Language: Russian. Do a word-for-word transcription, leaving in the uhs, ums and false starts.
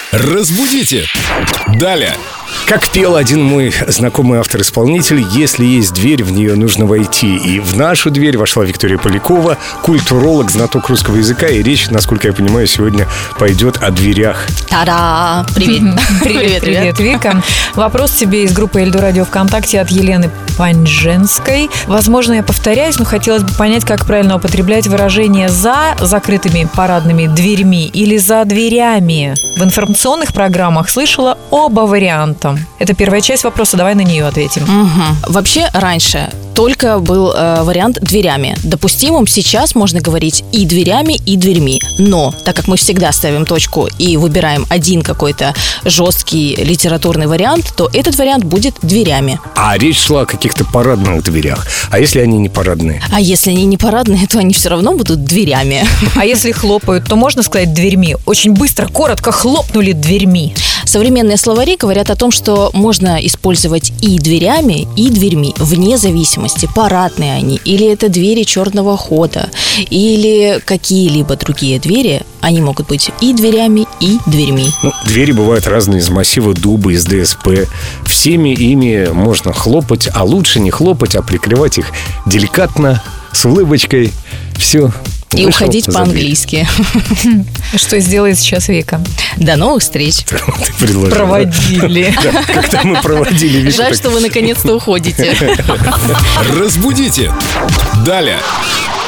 Разбудите! Далее! Как пел один мой знакомый автор-исполнитель, если есть дверь, в нее нужно войти. И в нашу дверь вошла Виктория Полякова, культуролог, знаток русского языка. И речь, насколько я понимаю, сегодня пойдет о дверях. Та-да! Привет! Привет, привет, Вика. Вопрос тебе из группы Эльдо Радио ВКонтакте от Елены Паньженской. Возможно, я повторяюсь, но хотелось бы понять, как правильно употреблять выражение «за закрытыми парадными дверьми» или «за дверями». В информационных программах слышала оба варианта. Это первая часть вопроса, давай на нее ответим. Угу. Вообще, раньше только был э, вариант «дверями». Допустимым сейчас можно говорить и дверями, и дверьми. Но, так как мы всегда ставим точку и выбираем один какой-то жесткий литературный вариант, то этот вариант будет дверями. А речь шла о каких-то парадных дверях. А если они не парадные? А если они не парадные, то они все равно будут дверями. А если хлопают, то можно сказать дверьми? Очень быстро, коротко хлопнули дверьми. Современные словари говорят о том, что можно использовать и дверями, и дверьми, вне зависимости, парадные они, или это двери черного хода, или какие-либо другие двери, они могут быть и дверями, и дверьми. Ну, двери бывают разные, из массива дуба, из ДСП. Всеми ими можно хлопать, а лучше не хлопать, а прикрывать их деликатно, с улыбочкой. Все. И вышел, уходить по-английски. Что сделает сейчас Вика? До новых встреч. Ты предложила. Проводили. Да, как-то мы проводили. Жаль, что вы наконец-то уходите. Разбудите! Далее!